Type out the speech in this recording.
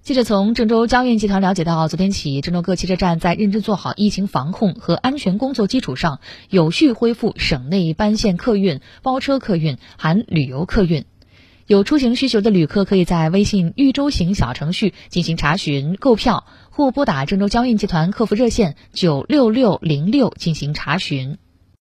记者从郑州交运集团了解到，昨天起，郑州各汽车站在认真做好疫情防控和安全工作基础上，有序恢复省内班线客运、包车客运含旅游客运。有出行需求的旅客可以在微信豫州行小程序进行查询购票，或拨打郑州交运集团客服热线96606进行查询。